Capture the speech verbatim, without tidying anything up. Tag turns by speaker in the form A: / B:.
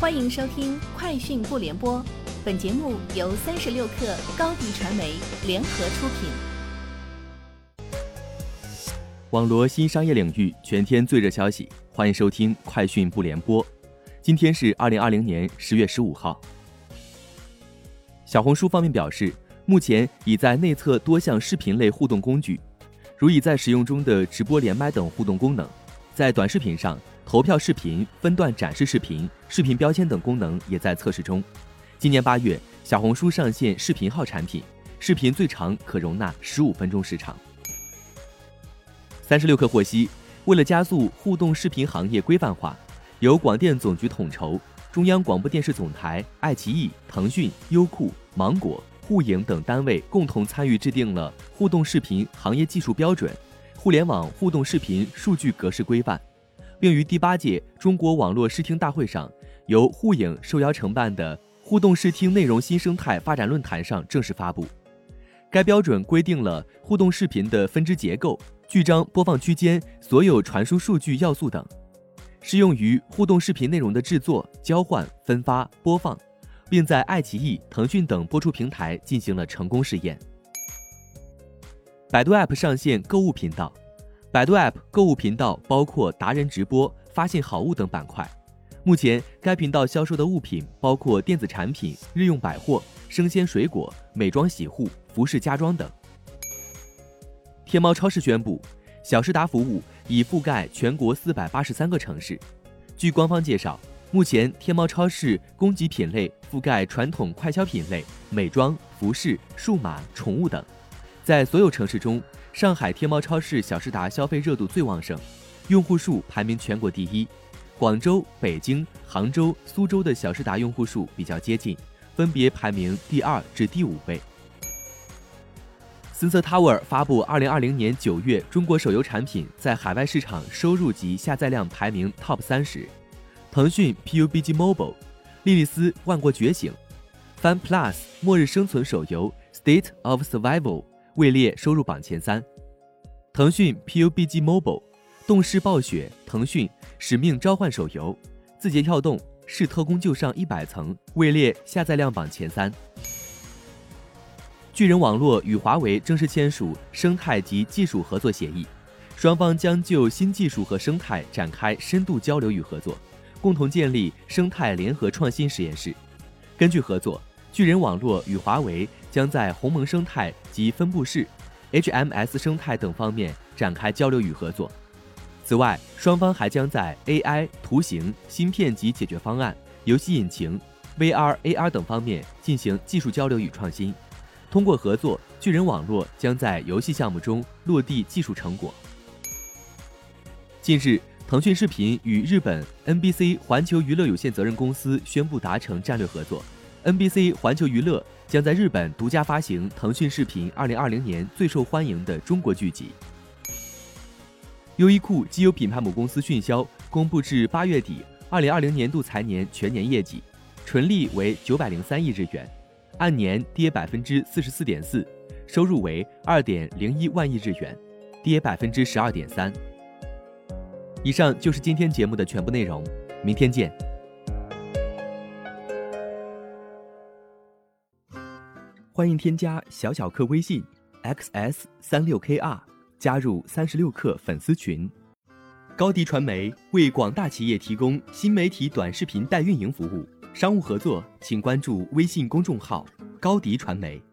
A: 欢迎收听快讯不联播，本节目由三十六克高低传媒联合出品。
B: 网罗新商业领域全天最热消息，欢迎收听快讯不联播。今天是二零二零年十月十五号。小红书方面表示，目前已在内测多项视频类互动工具，如已在使用中的直播连麦等互动功能，在短视频上，投票视频、分段展示视频、视频标签等功能也在测试中。今年八月，小红书上线视频号产品，视频最长可容纳十五分钟时长。三十六氪获悉，为了加速互动视频行业规范化，由广电总局统筹，中央广播电视总台、爱奇艺、腾讯、优酷、芒果、互影等单位共同参与制定了互动视频行业技术标准、互联网互动视频数据格式规范，并于第八届中国网络视听大会上，由互影受邀承办的互动视听内容新生态发展论坛上正式发布。该标准规定了互动视频的分支结构、序章、播放区间、所有传输数据要素等，适用于互动视频内容的制作、交换、分发、播放，并在爱奇艺、腾讯等播出平台进行了成功试验。百度 App 上线购物频道，百度 App 购物频道包括达人直播、发现好物等板块。目前该频道销售的物品包括电子产品、日用百货、生鲜水果、美妆洗护、服饰家装等。天猫超市宣布，小时达服务已覆盖全国四百八十三个城市。据官方介绍，目前天猫超市供给品类覆盖传统快消品类、美妆、服饰、数码、宠物等。在所有城市中，上海天猫超市小时达消费热度最旺盛，用户数排名全国第一。广州、北京、杭州、苏州的小时达用户数比较接近，分别排名第二至第五位。Sensor Tower 发布二零二零年九月中国手游产品在海外市场收入及下载量排名 Top 三十，腾讯 P U B G Mobile、莉莉丝万国觉醒、Fun Plus 末日生存手游 State of Survival 位列收入榜前三。腾讯 P U B G Mobile、动视暴雪、腾讯使命召唤手游、字节跳动是特工就上一百层位列下载量榜前三。巨人网络与华为正式签署生态及技术合作协议，双方将就新技术和生态展开深度交流与合作，共同建立生态联合创新实验室。根据合作，巨人网络与华为将在鸿蒙生态及分布式、H M S 生态等方面展开交流与合作。此外，双方还将在 A I、图形、芯片及解决方案、游戏引擎、V R、A R 等方面进行技术交流与创新。通过合作，巨人网络将在游戏项目中落地技术成果。近日，腾讯视频与日本 N B C 环球娱乐有限责任公司宣布达成战略合作， N B C 环球娱乐将在日本独家发行腾讯视频二零二零年最受欢迎的中国剧集。优衣库基友品牌母公司迅销公布至八月底二零二零年度财年全年业绩，纯利为九百零三亿日元，按年跌百分之四十四点四，收入为二点零一万亿日元，跌百分之十二点三。以上就是今天节目的全部内容，明天见。欢迎添加小小客微信 X S 三六 K R， 加入三十六氪粉丝群。高迪传媒为广大企业提供新媒体短视频代运营服务。商务合作，请关注微信公众号高迪传媒。